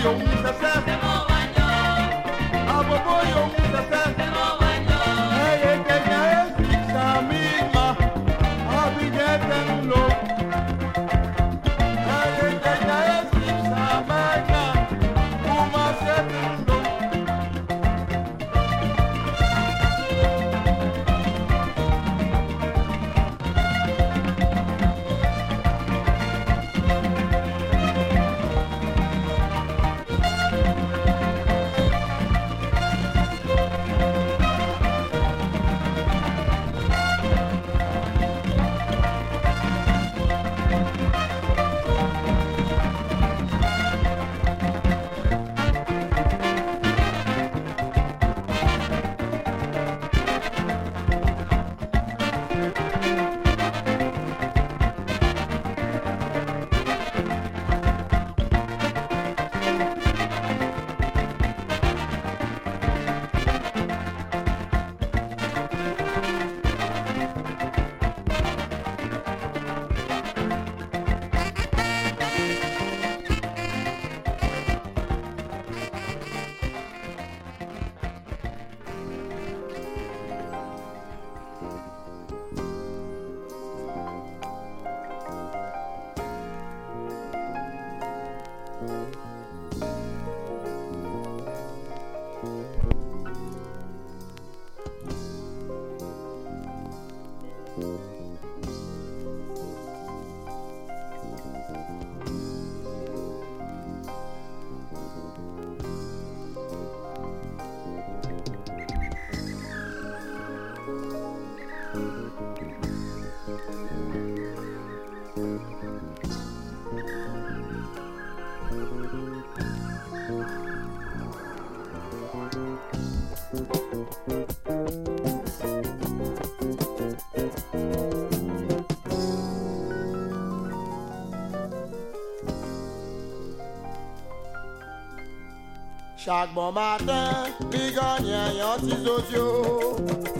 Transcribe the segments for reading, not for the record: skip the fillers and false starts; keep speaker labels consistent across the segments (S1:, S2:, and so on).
S1: Chaque bon matin, les gagnants ont des audios.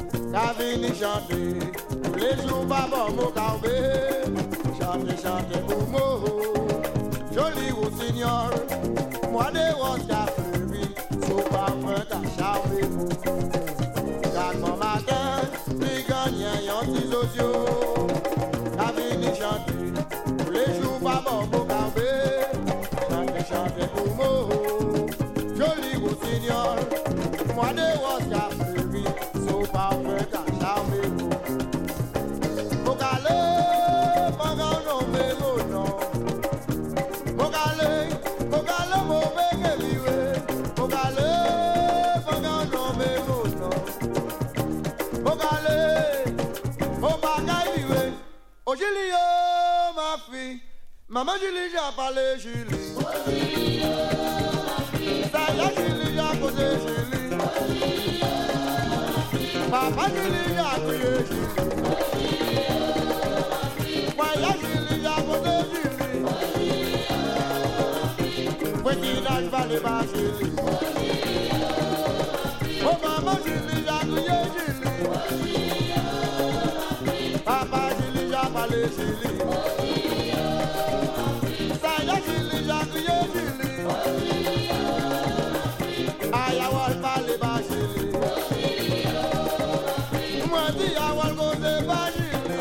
S1: La vie chanter, tous les jours, papa mon carbé. Chanter, chanter pour moi. Joli au Seigneur, moi des roses qu'a fleuri, sous parfum qu'a charmé. Chaque bon matin, les gagnants ont des audios. La vie chanter, tous les jours, papa mon carbé. Chanter, chanter pour moi. Joli au Seigneur, moi des roses qu'a fleuri, sous parfum qu'a charmé. Mon calé, mon grand mon nom. Mon calé, mon bégué, mon calé, mon grand mon nom. Mon calé, mon bagaille, oh Julie, ma fille, maman Julie, j'ai parlé Julie. Saya Julie a causé Julie. Papa Julie a crié Julie. Voyage Julie a causé Julie. Voisinage va les bas Julie. Oh maman Julie a crié Julie. Papa Julie a parlé Julie. Saya Julie a crié Julie. Ayawal pale bajili, mwadi awal goze bajili.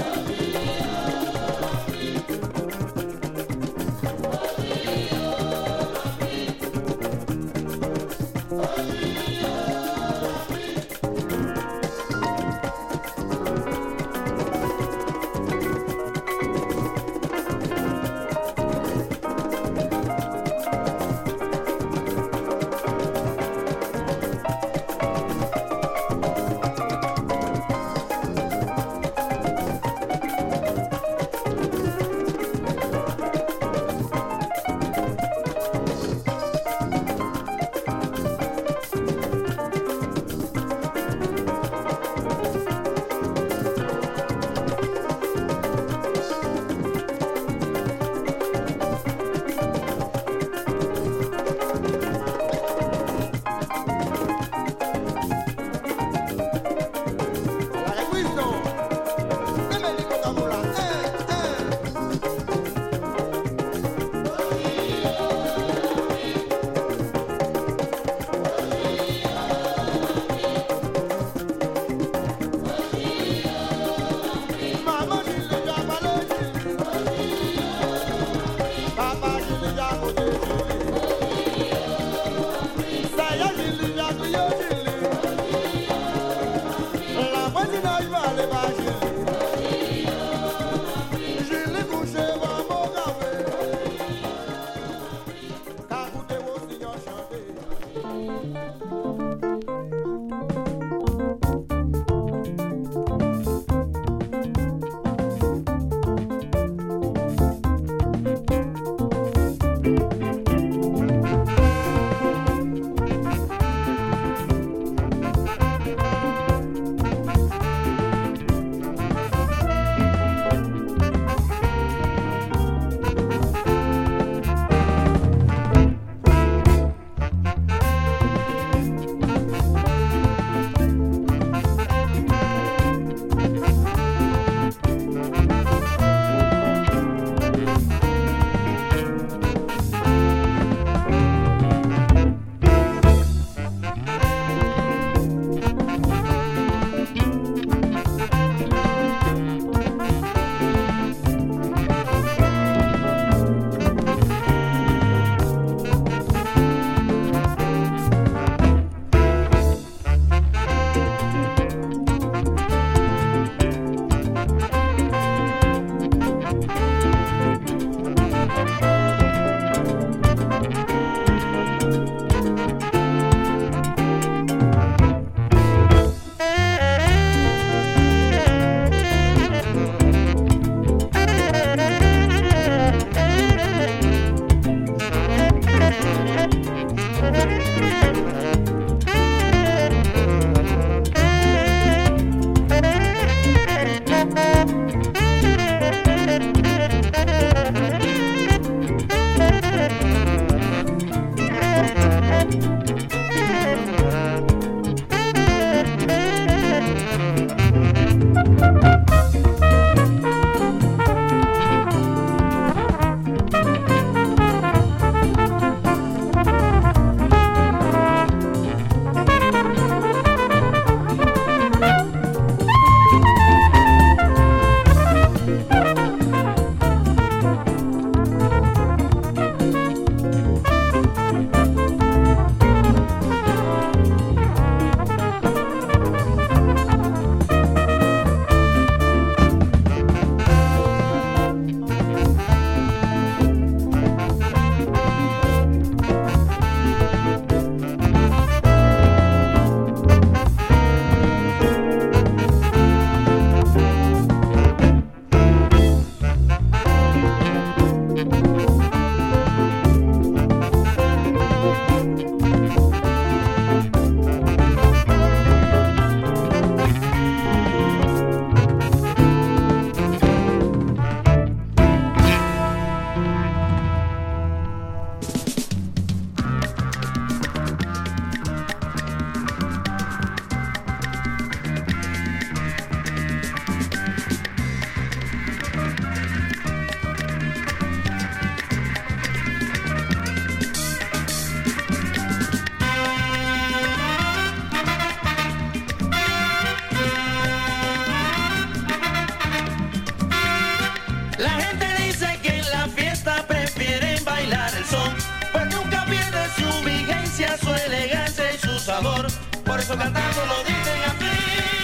S2: eso cantando lo dicen así.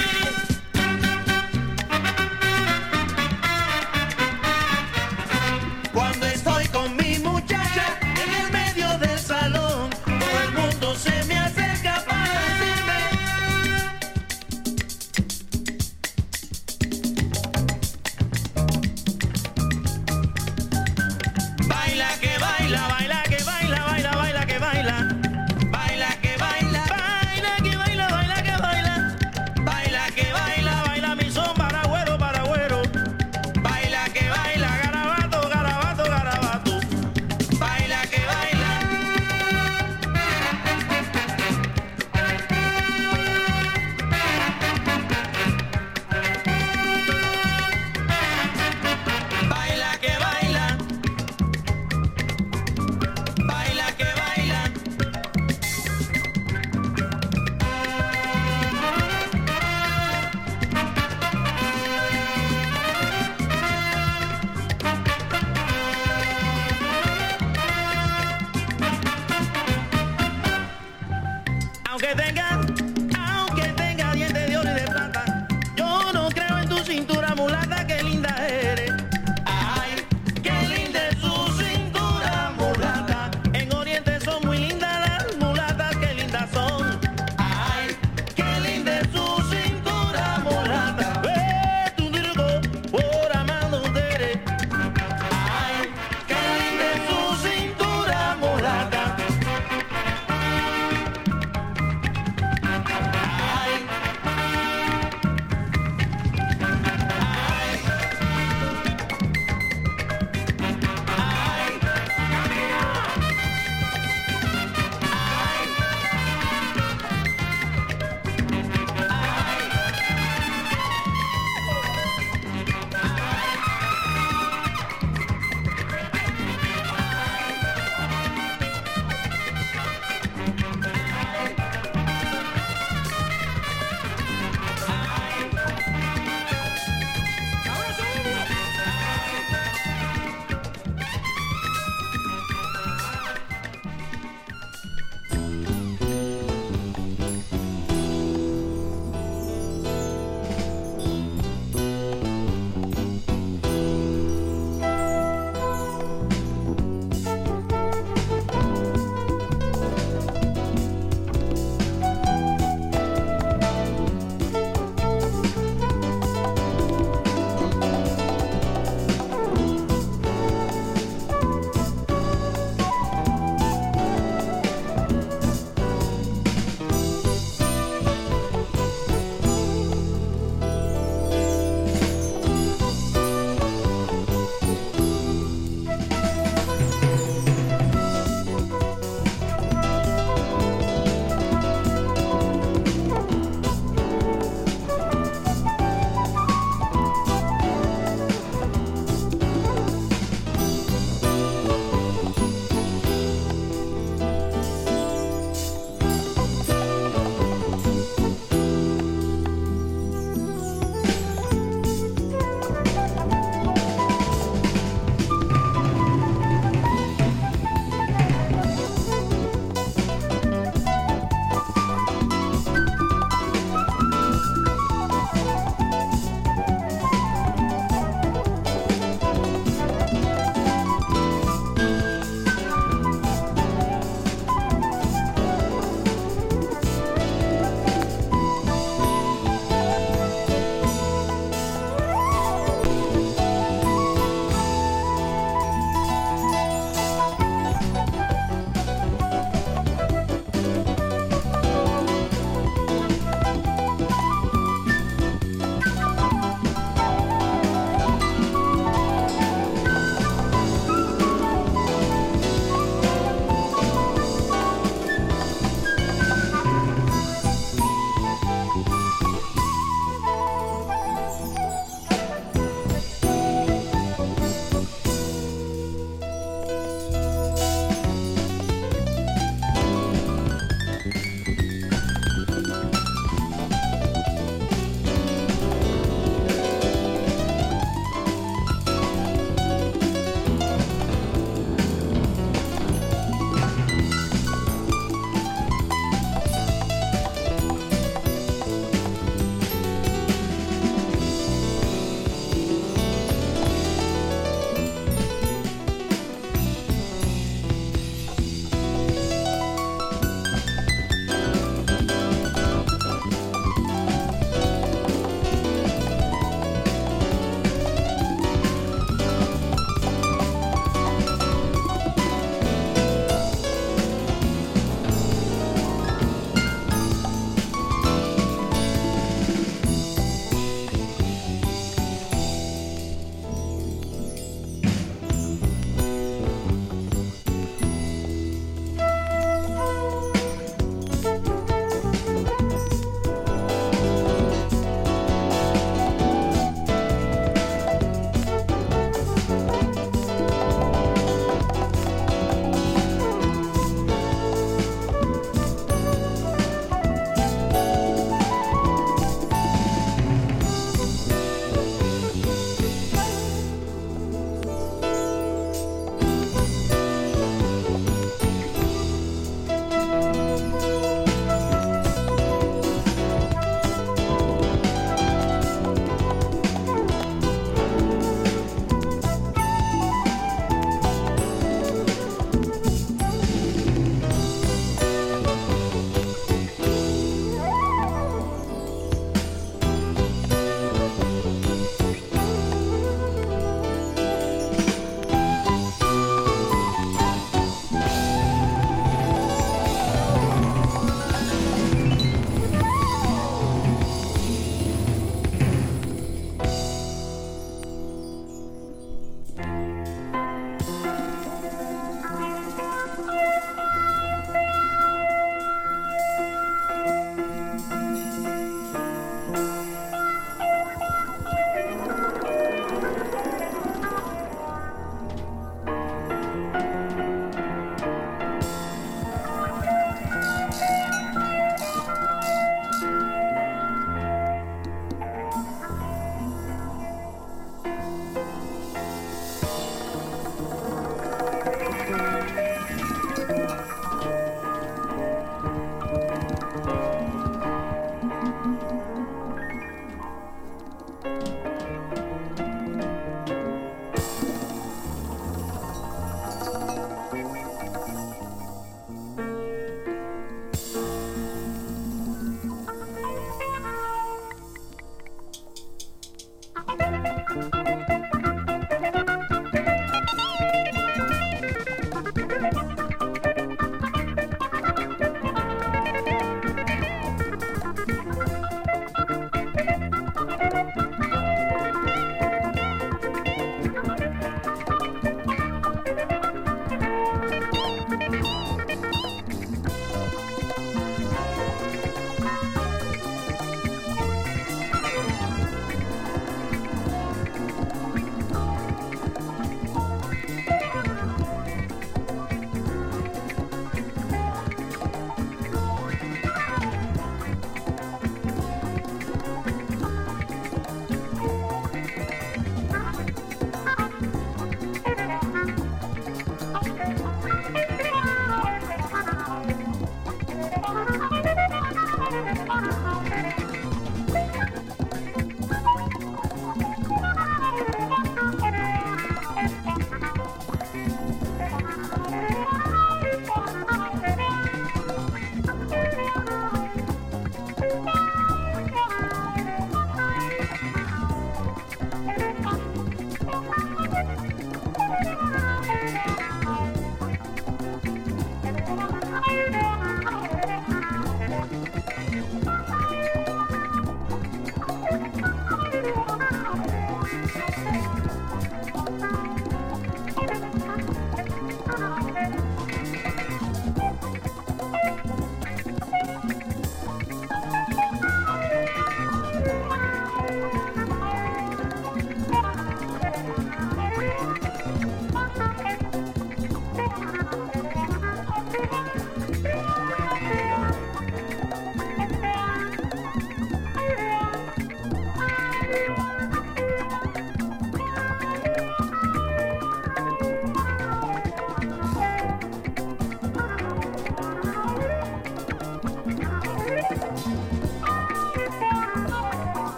S2: Cuando estoy con mi muchacha en el medio del salón, todo el mundo se me acerca para decirme: baila que baila, baila que baila, baila, baila que baila. Baila que baila, baila que baila, baila que baila. Baila que baila, baila mi son para güero, para güero. Baila que baila, garabato, garabato, garabato. Baila que baila. Baila que baila. Baila que baila. Aunque tenga dientes de oro y de plata, yo no creo en tu cintura mulata, qué linda eres. Ay, qué linda es su cintura mulata. En Oriente son muy lindas las mulatas, qué lindas son. Ay, qué linda es su cintura mulata. Tu dirugo, por amando ustedes. Ay, qué linda es su cintura mulata.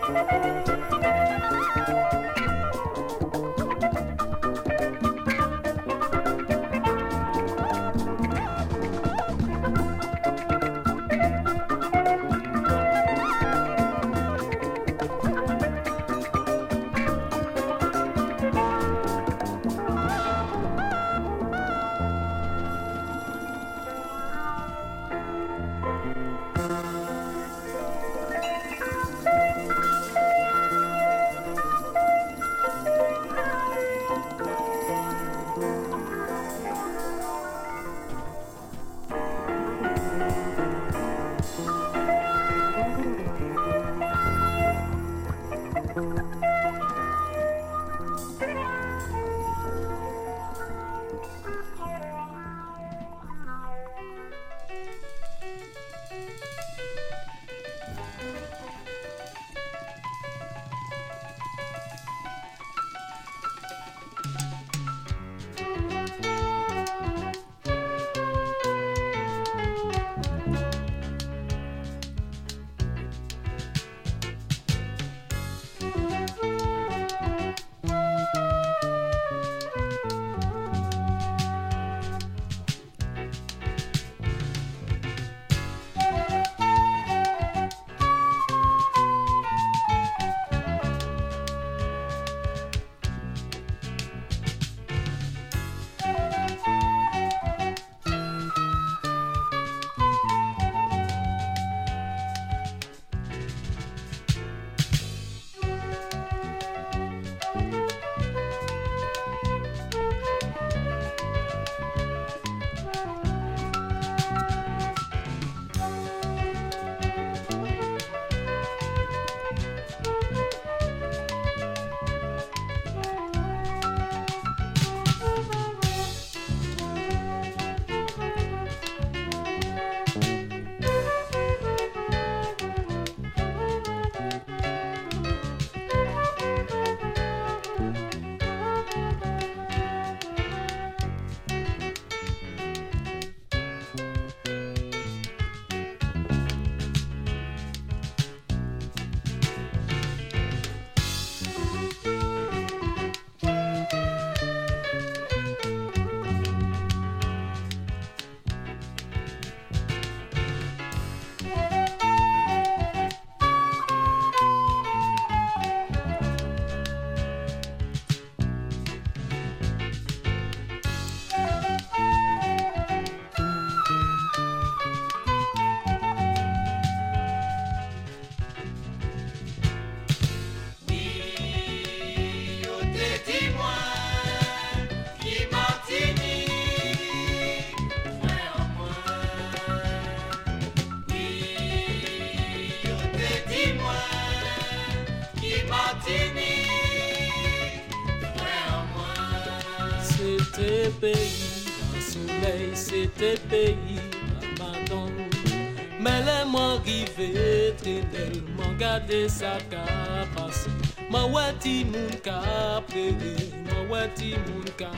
S3: C'était pays, un soleil, c'était pays, Ramadan. Mais les mots arrivés, tellement gardé sa capace. Ma wati moun ka pleurer, ma wati moun ka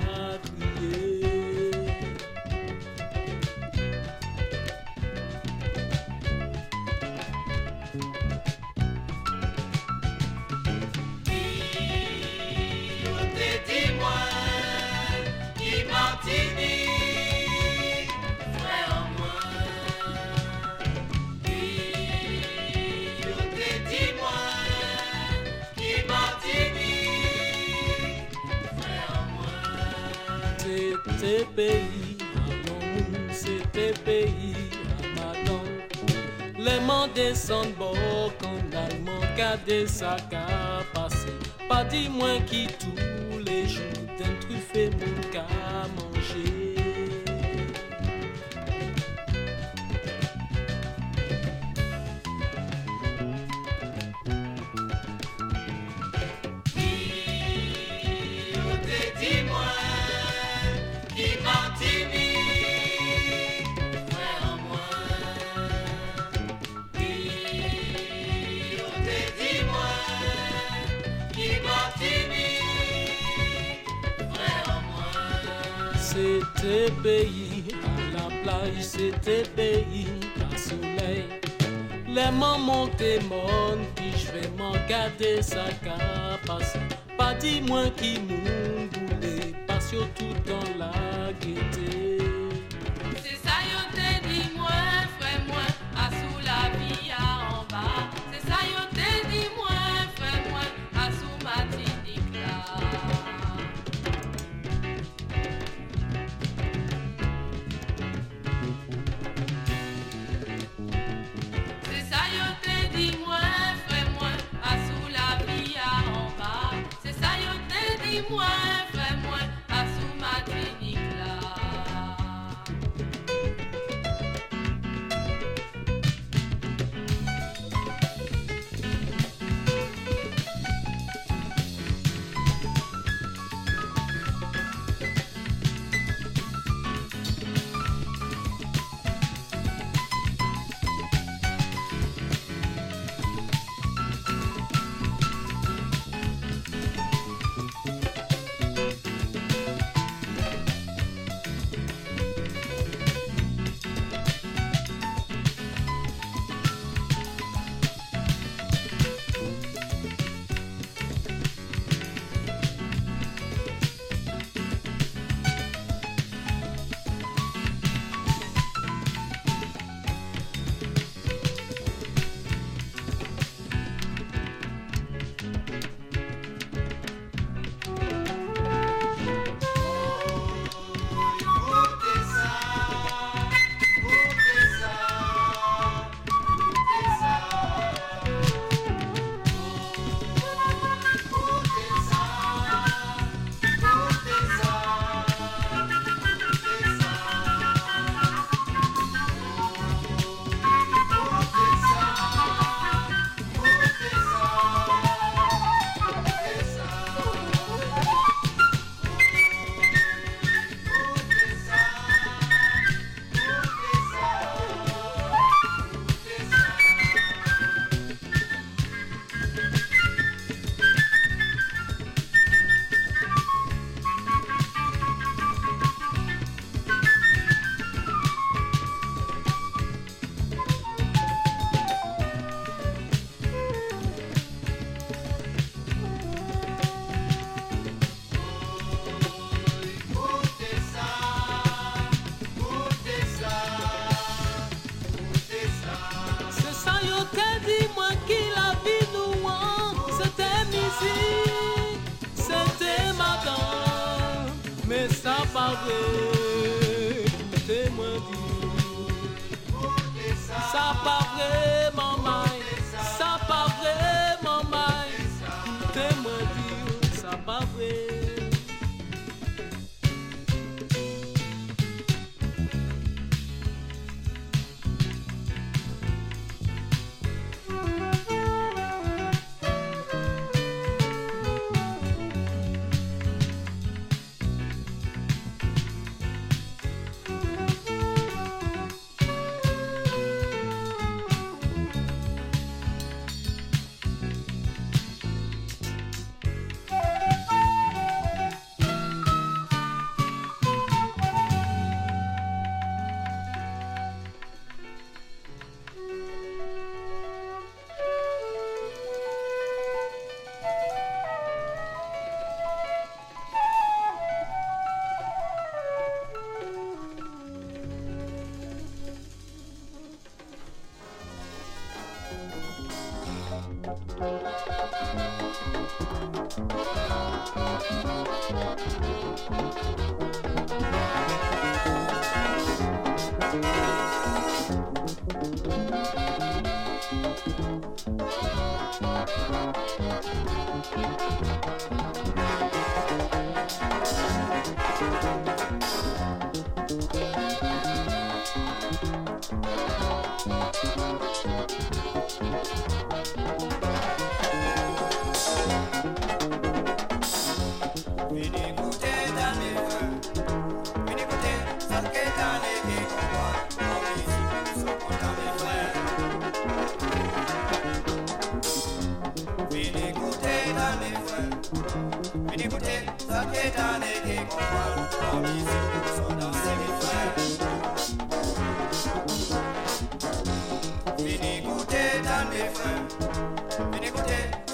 S3: crier. C'était pays, Ramadan, c'était pays, Ramadan. Les mains descendent bord quand l'allemand garde sa capace. Pas dis-moi qui tous les jours d'un truffé mon cas manger. C'était pays, à la plage, c'était pays, à soleil. Les mamans montent, puis je vais manquer. garder sa capacité. Pas dis-moi qui nous voulait, pas surtout dans la gaieté.
S4: C'est ça, yo te dit moi, frère, moi, à sous la vie en bas. C'est ça, yo te dit moi, frère, moi, à sous ma tinique là. C'est ça, yo te dit moi, frère, moi, à sous la vie en bas. C'est ça, yo te dit moi, frère, moi, à sous ma tinique là.
S3: Ça pas vraiment mal, ça pas vraiment mal. Écoutez-moi dire, ça pas vrai.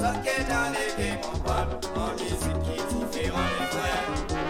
S5: ça qui est dans les qui comprennent, en musique qui est différent les frères.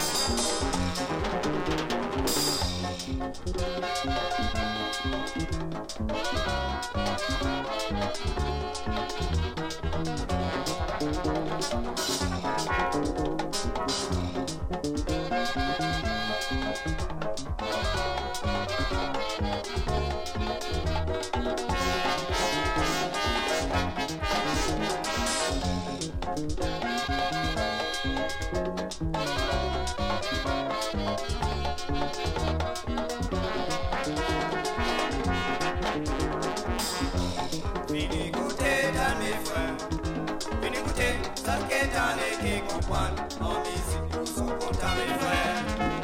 S5: Venez goûter dans mes frères, venez goûter ça qui est dans les qui comprennent, en musique nous sommes contents mes frères.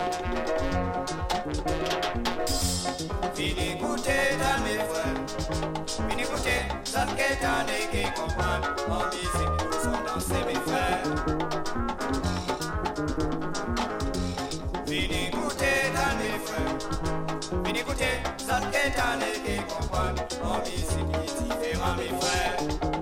S5: Venez goûter dans mes frères, venez goûter ça qui est dans les qui comprennent, en musique nous sommes dansés mes frères. Venez goûter dans mes frères, venez goûter ça qui est dans les qui comprennent, en musique qui est différent mes frères.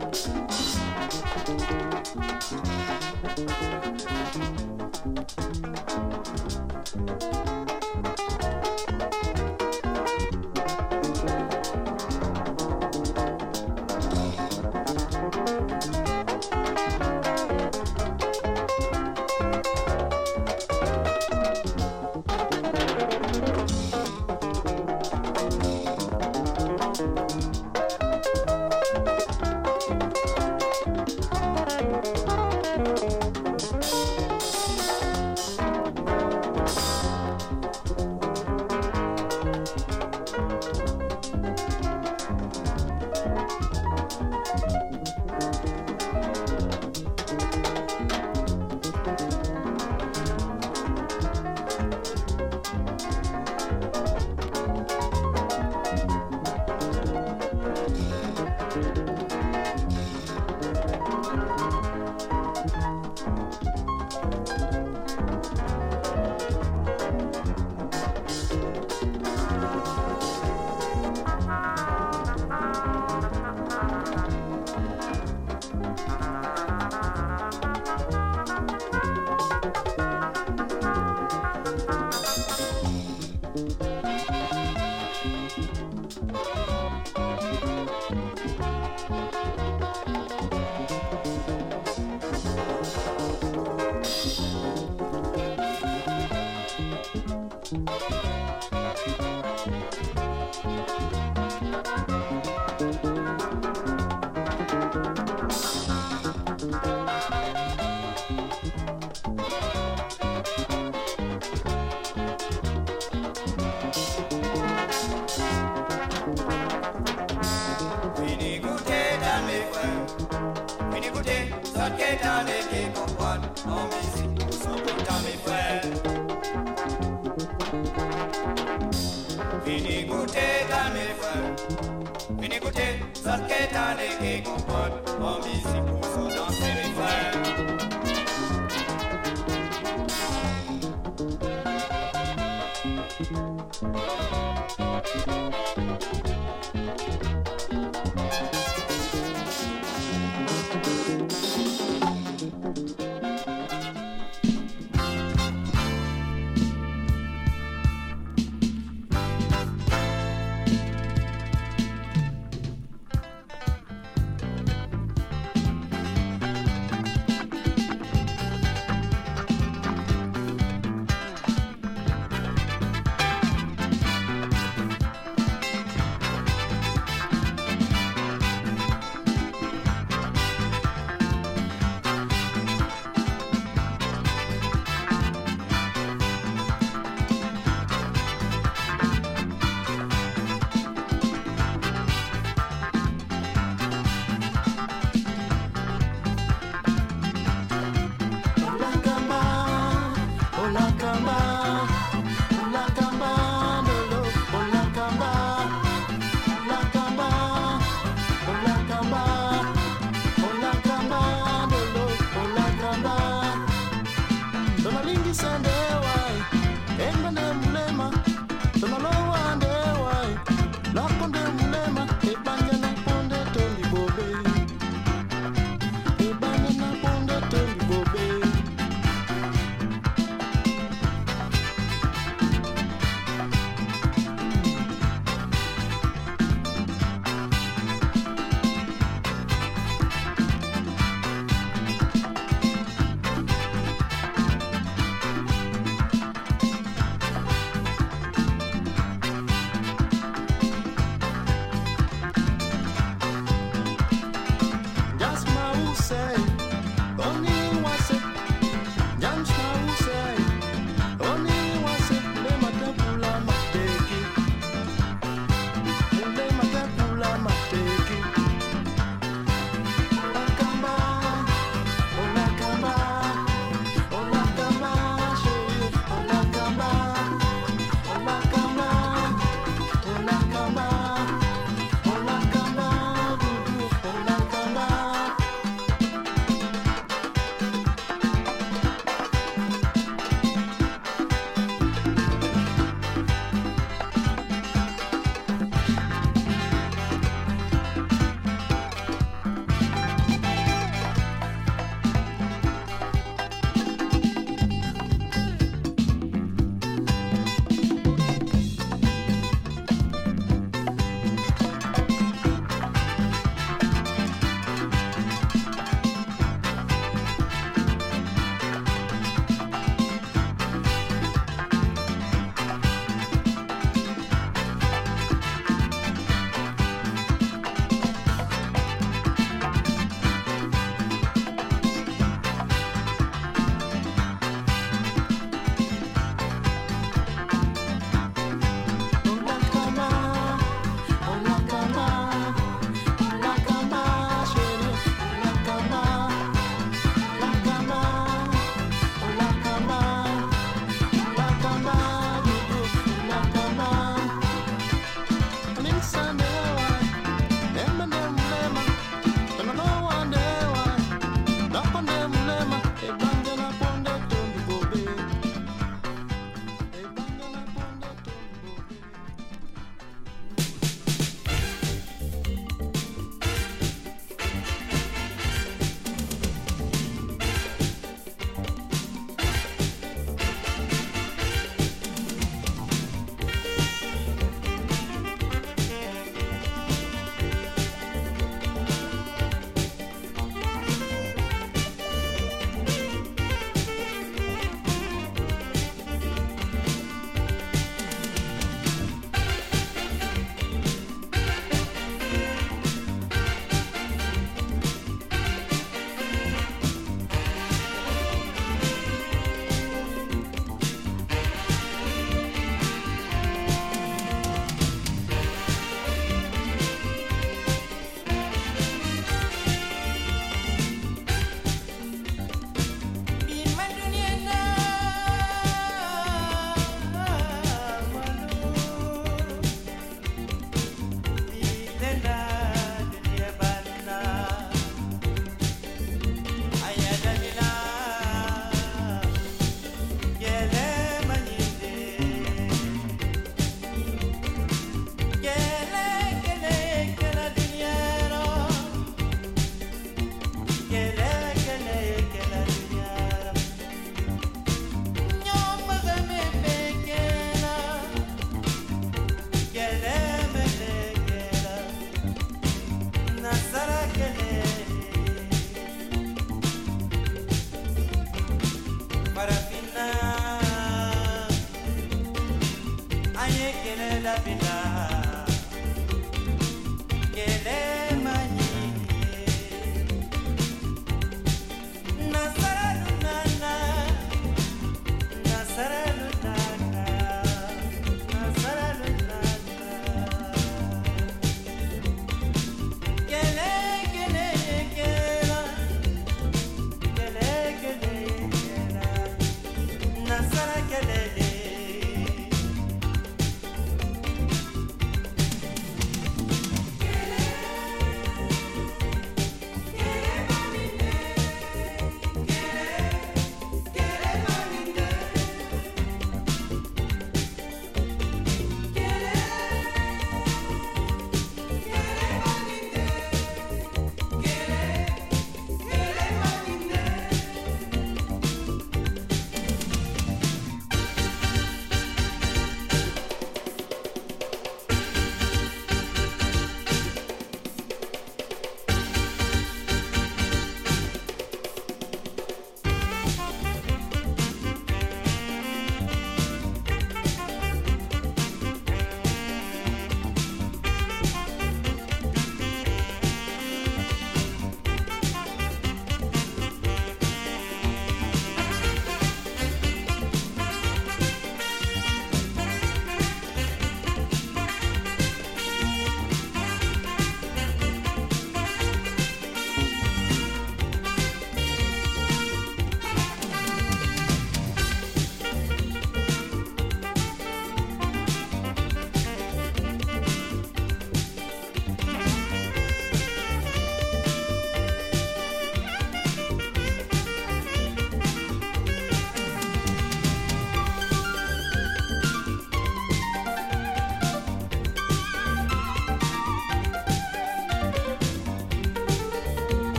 S5: Venez goûter dans mes frères, venez goûter ça qui est dans les qui comprennent, en musique nous sommes contents mes frères. Venez goûter dans mes frères, venez goûter ça qui est dans les qui comprennent, en musique nous sommes dansés mes frères.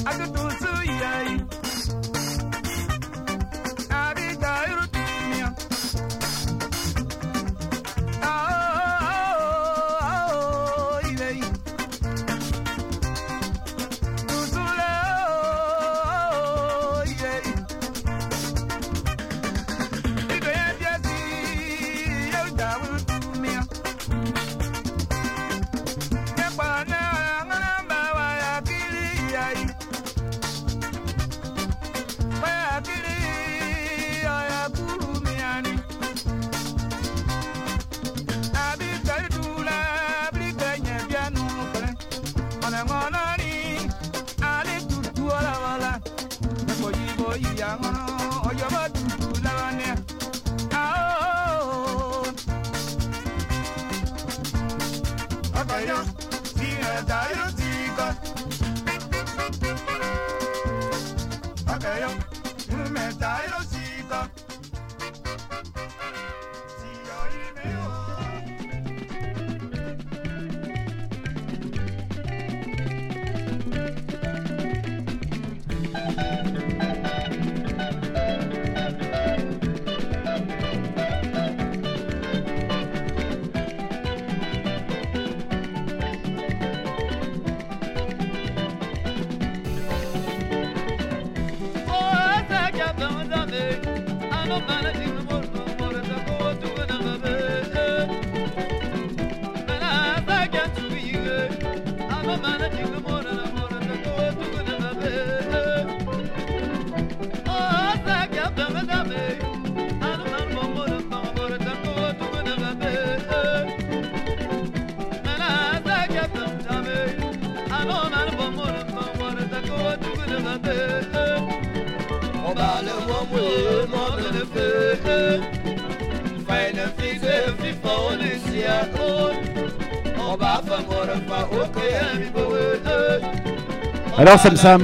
S6: Alors Sam,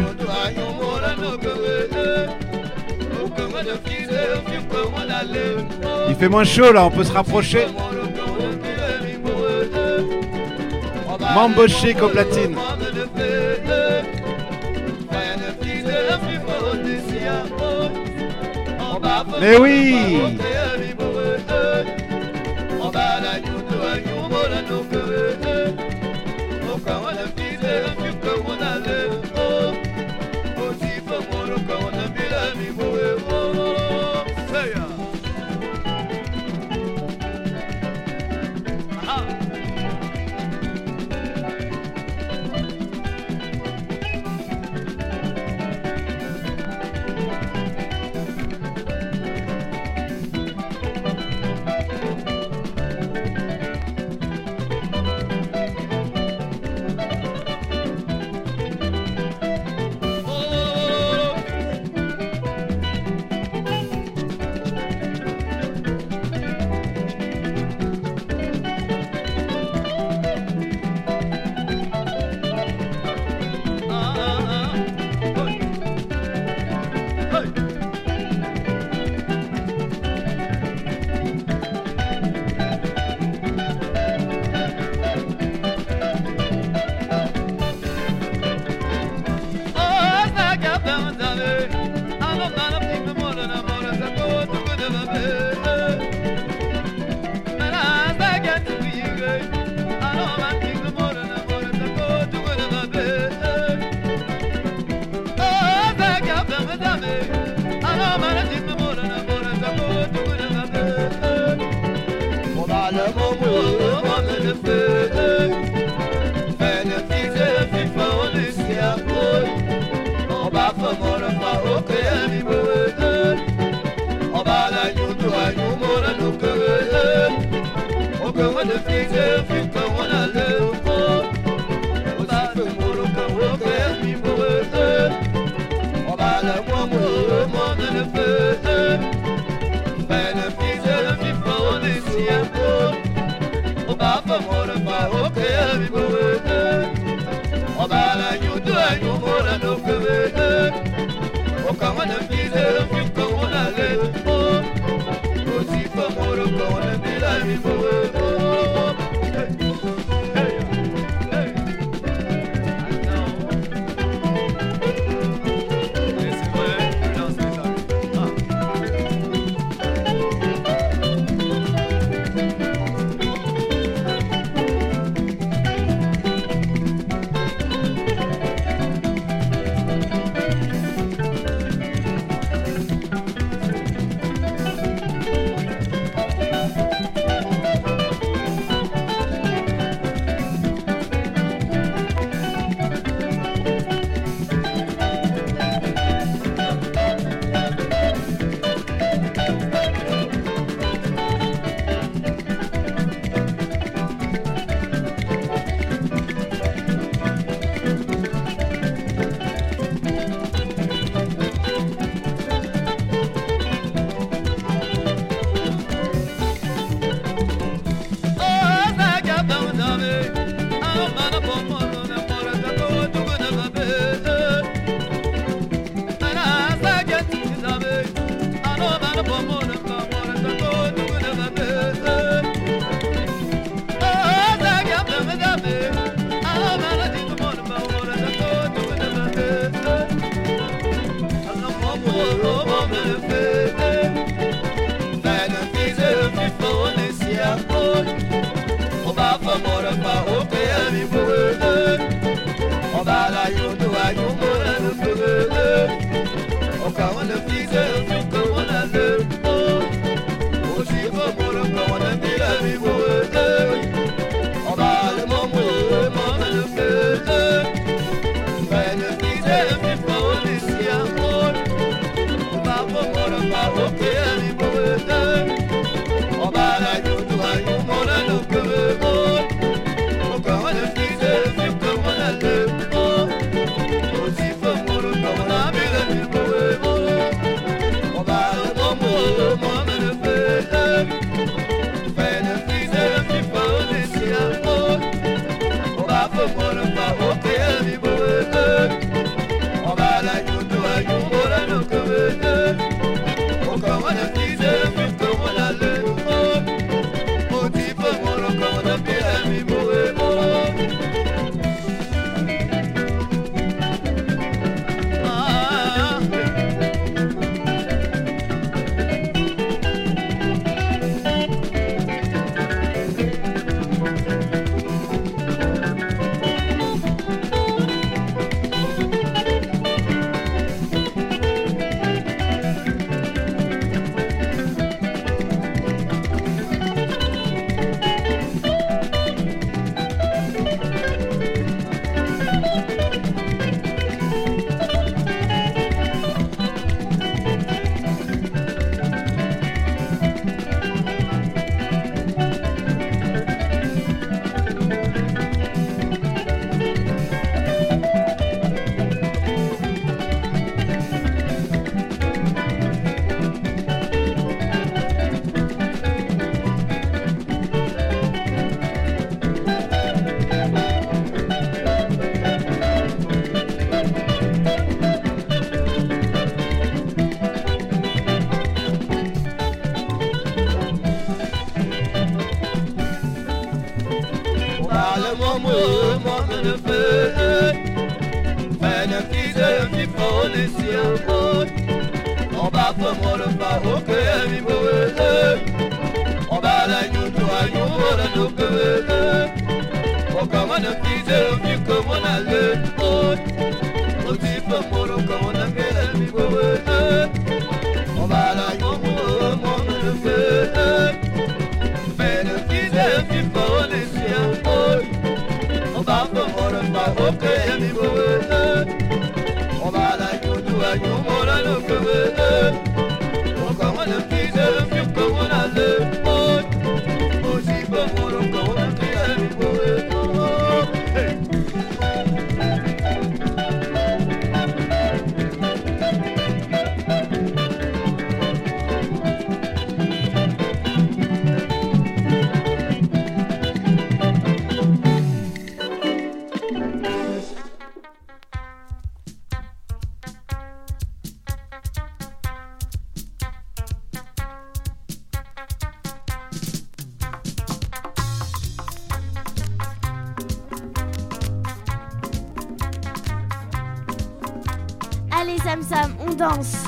S6: il fait moins chaud là, on peut se rapprocher. Mambo chic aux platines. Mais oui.
S7: Allez Sam Sam, on danse.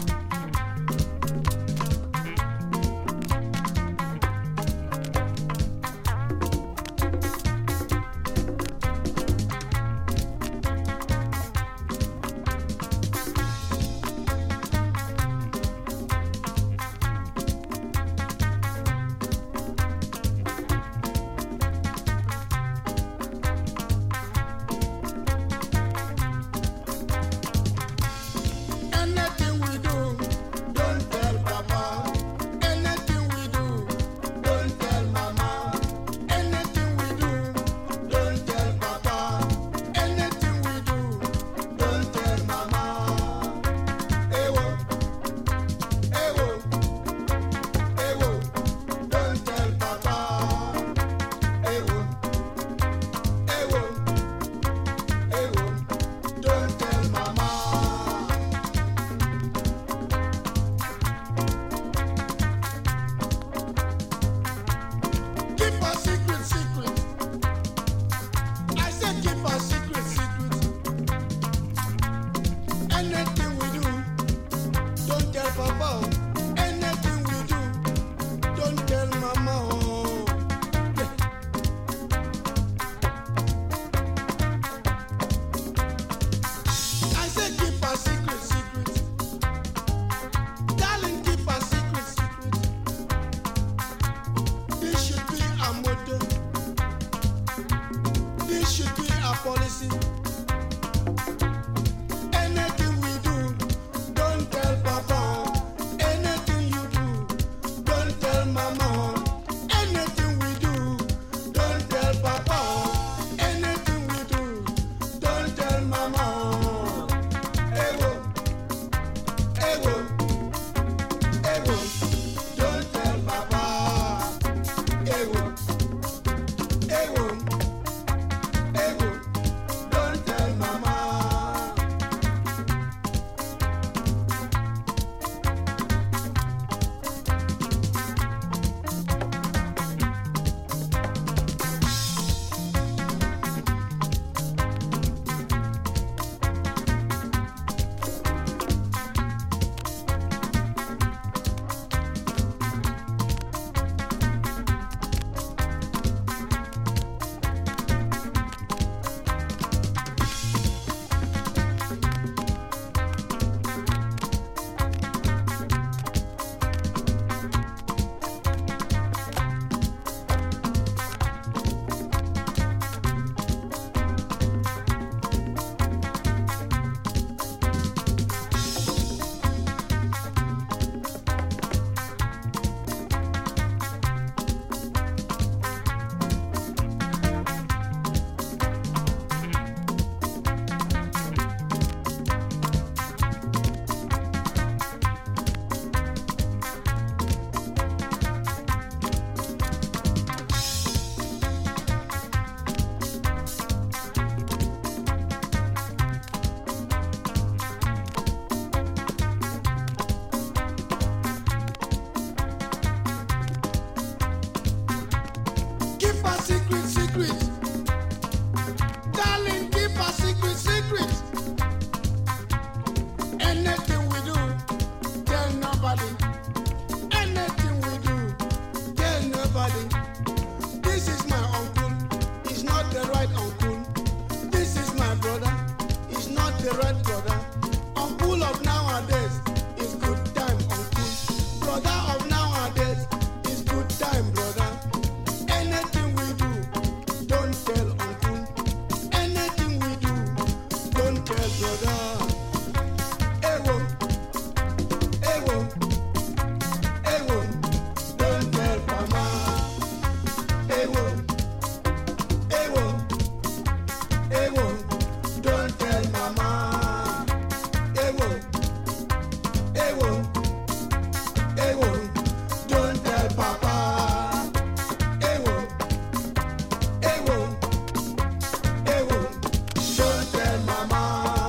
S8: Anything we do, tell nobody. Anything we do, tell nobody. This is my uncle, he's not the right uncle. This is my brother, he's not the right brother. Uncle of nowadays is good time, uncle. Brother of nowadays is good time, brother. Anything we do, don't tell uncle. Anything we do, don't tell brother. Ewo, ewo, ewo, don't tell mama. Ewo, ewo, ewo, don't tell mama. Ewo, ewo, ewo, don't tell papa. Ewo, ewo, ewo, don't tell mama.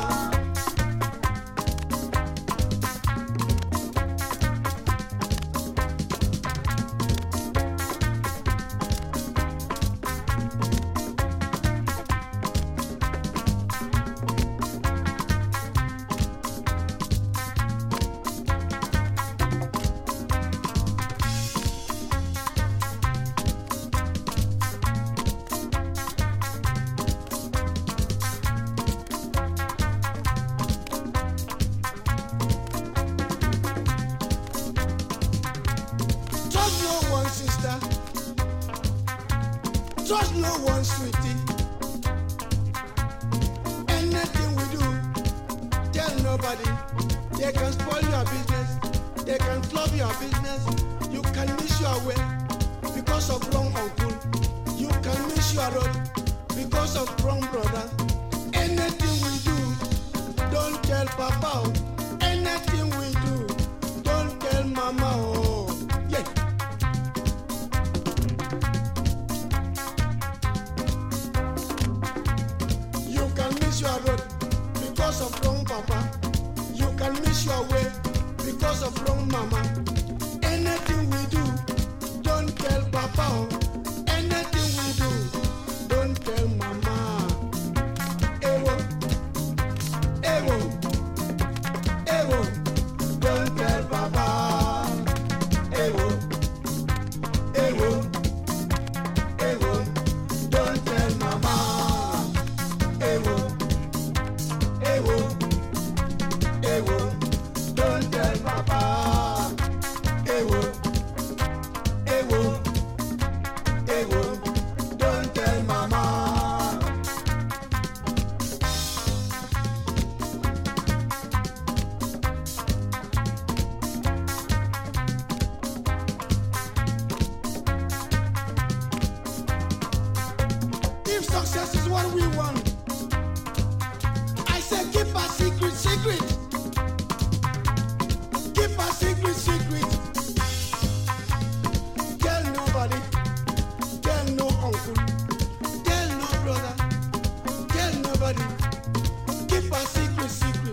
S8: Trust no one, sister. Trust no one, sweetie. Anything we do, tell nobody. They can spoil your business. They can flop your business. You can miss your way because of wrong uncle. You can miss your road because of wrong brother. Anything we do, don't tell papa. Oh. Anything we do, don't tell mama. Oh. Yeah. You can miss your road because of wrong papa. You can miss your way because of wrong mama. Anything we do, don't tell papa. Oh. Anything we do, don't tell mama. Ewo, ewo, ewo, don't tell papa. Ewo, ewo, ewo, don't tell mama. Ewo, ewo, ewo, don't tell papa. Ewo, ewo, ewo, don't tell mama. If success is what we want, I say keep our secret secret. Keep our secret secret. Tell nobody. Tell no uncle. Tell no brother. Tell nobody. Keep our secret secret.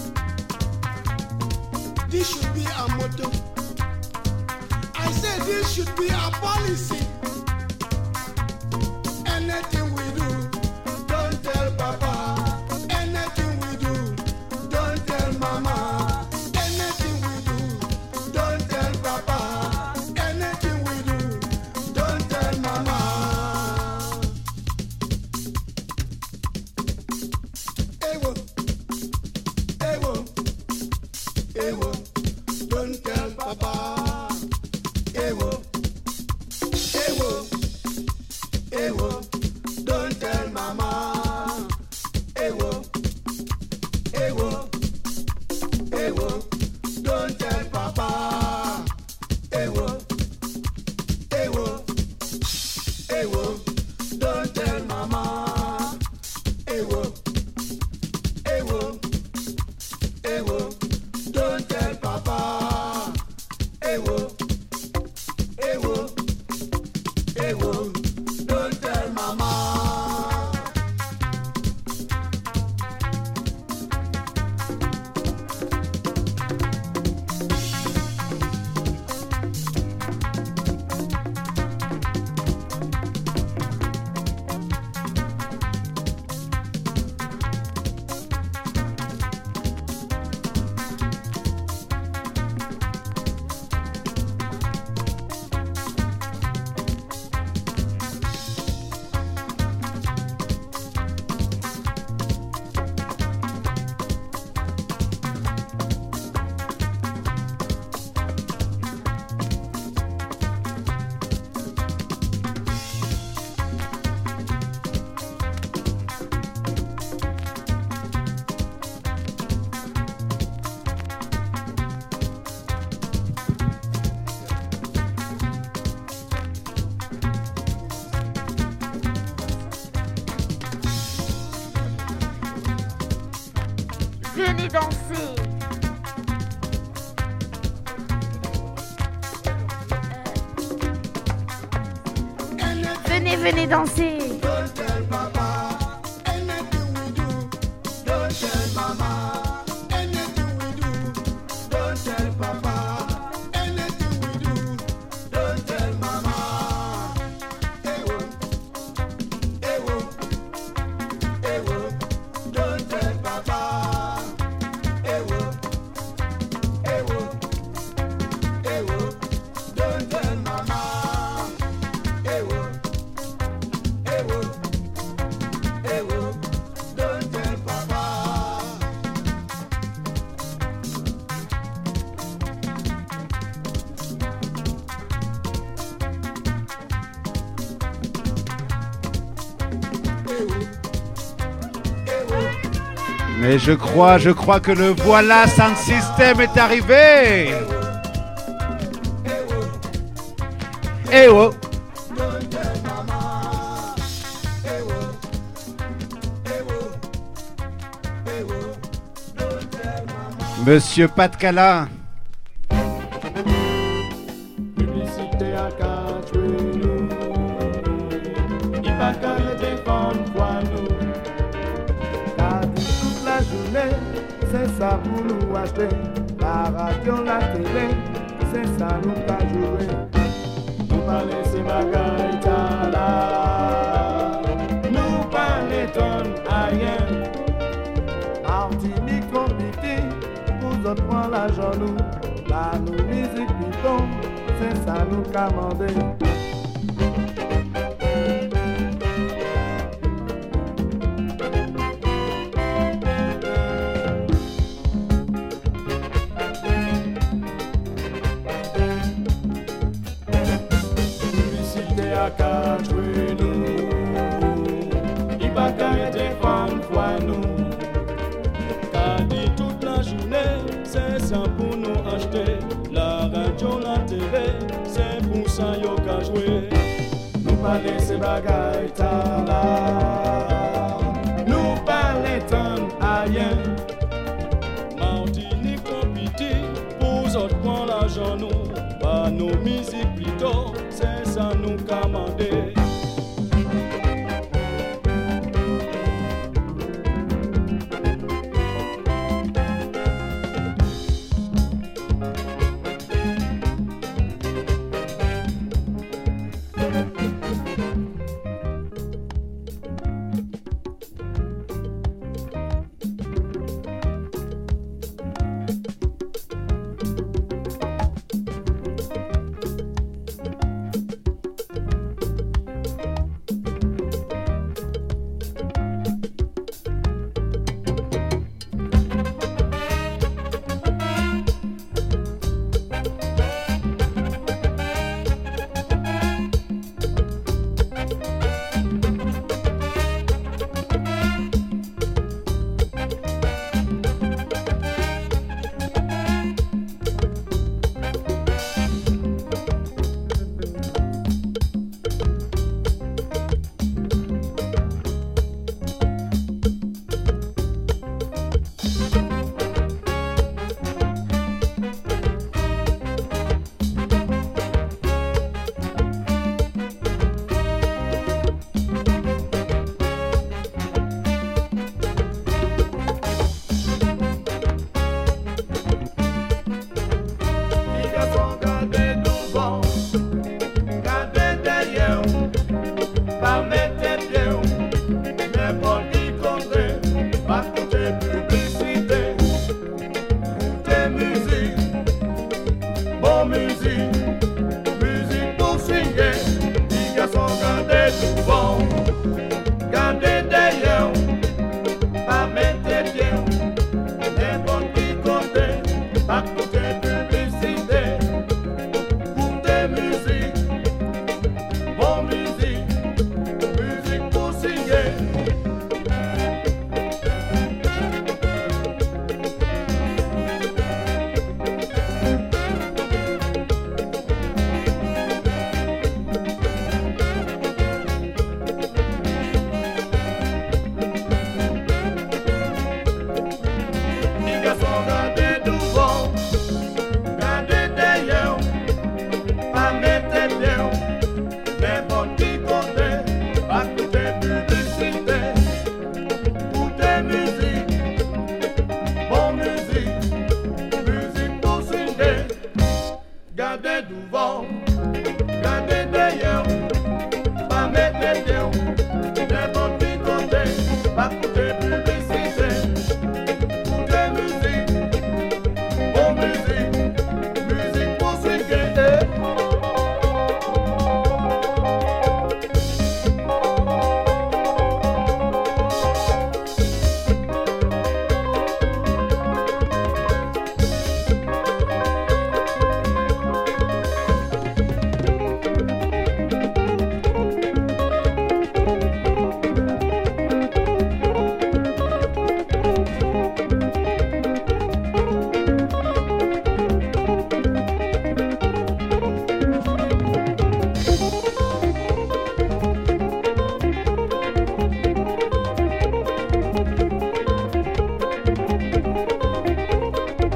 S8: This should be our motto. I say this should be our policy. Anything we do, don't tell papa. Anything we do, don't tell mama. Anything we do, don't tell papa. Anything we do, don't tell mama. Ewo, ewo, ewo, don't tell papa. Ewo, ewo, ewo, don't tell mama. Ewo, ewo, ewo, don't tell papa. Ewo, ewo, ewo, don't tell mama. Ewo, ewo, ewo, don't tell papa. Ewo, ewo, ewo, don't tell mama.
S7: venez danser. Venez danser.
S8: Don't tell Papa anything we do. Don't tell Mama anything we do. Don't tell Papa anything we do. Don't tell Mama. Ewo, ewo, ewo. Don't tell Papa. Ewo, ewo, ewo. Don't tell Mama. Ewo. Ewo, ewo, don't tell Papa. Ewo, ewo,
S6: Mais je crois que le voilà sound system est arrivé. Eh oh.
S8: don't tell Mama. Ewo, ewo, ewo, don't tell Mama.
S6: Monsieur Patkala.
S1: Publicité à quatre nous. Il pas qu'à défendre quoi nous. Car toute la journée, c'est ça pour nous acheter. La radio, la télé, c'est ça nous qu'a joué. Nous parler ces bagailles là. Nous parler ton rien. Martinique compliqué, vous autres prend l'argent nous. Là nous musique piton, c'est ça nous commander. Publicité à quatre nous. Il va carrer femmes fois nous. Car dit toute la journée, c'est ça pour nous acheter. La radio, la télé, c'est pour ça yo qu'a joué. Nous parler ces bagailles là. Nous parler tant rien. Martinique compiti, pour autres prend l'argent nous. Pas nos musiques plutôt, c'est ça nous commander.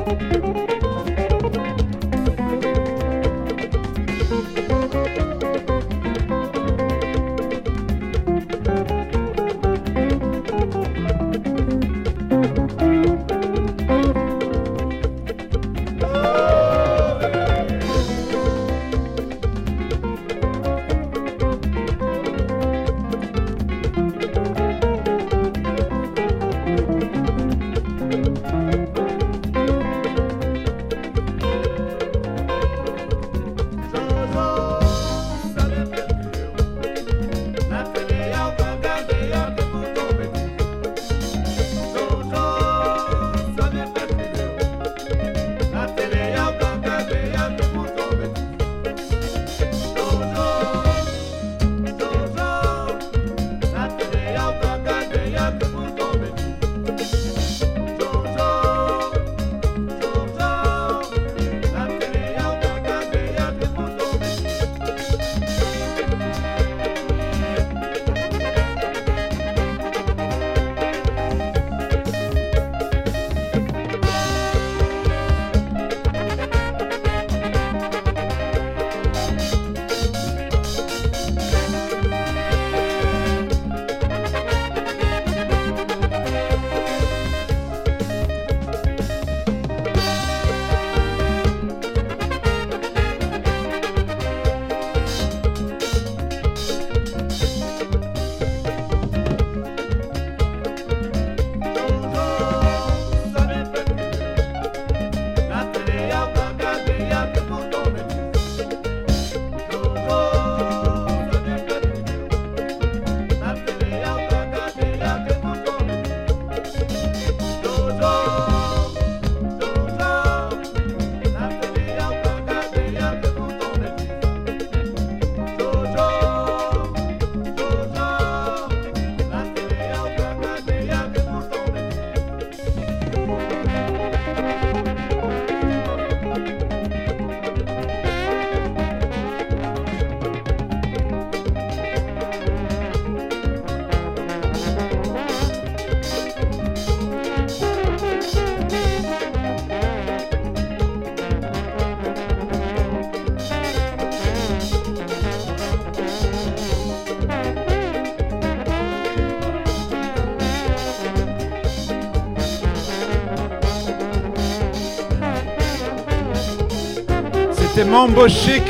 S6: C'était Mambo Chic.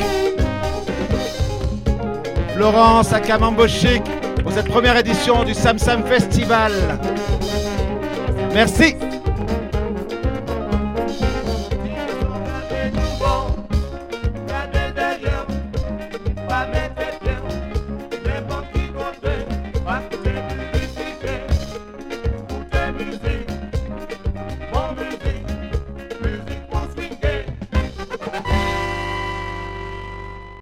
S6: Florence Aka Mambo Chic pour cette première édition du Sam Sam Festival. Merci.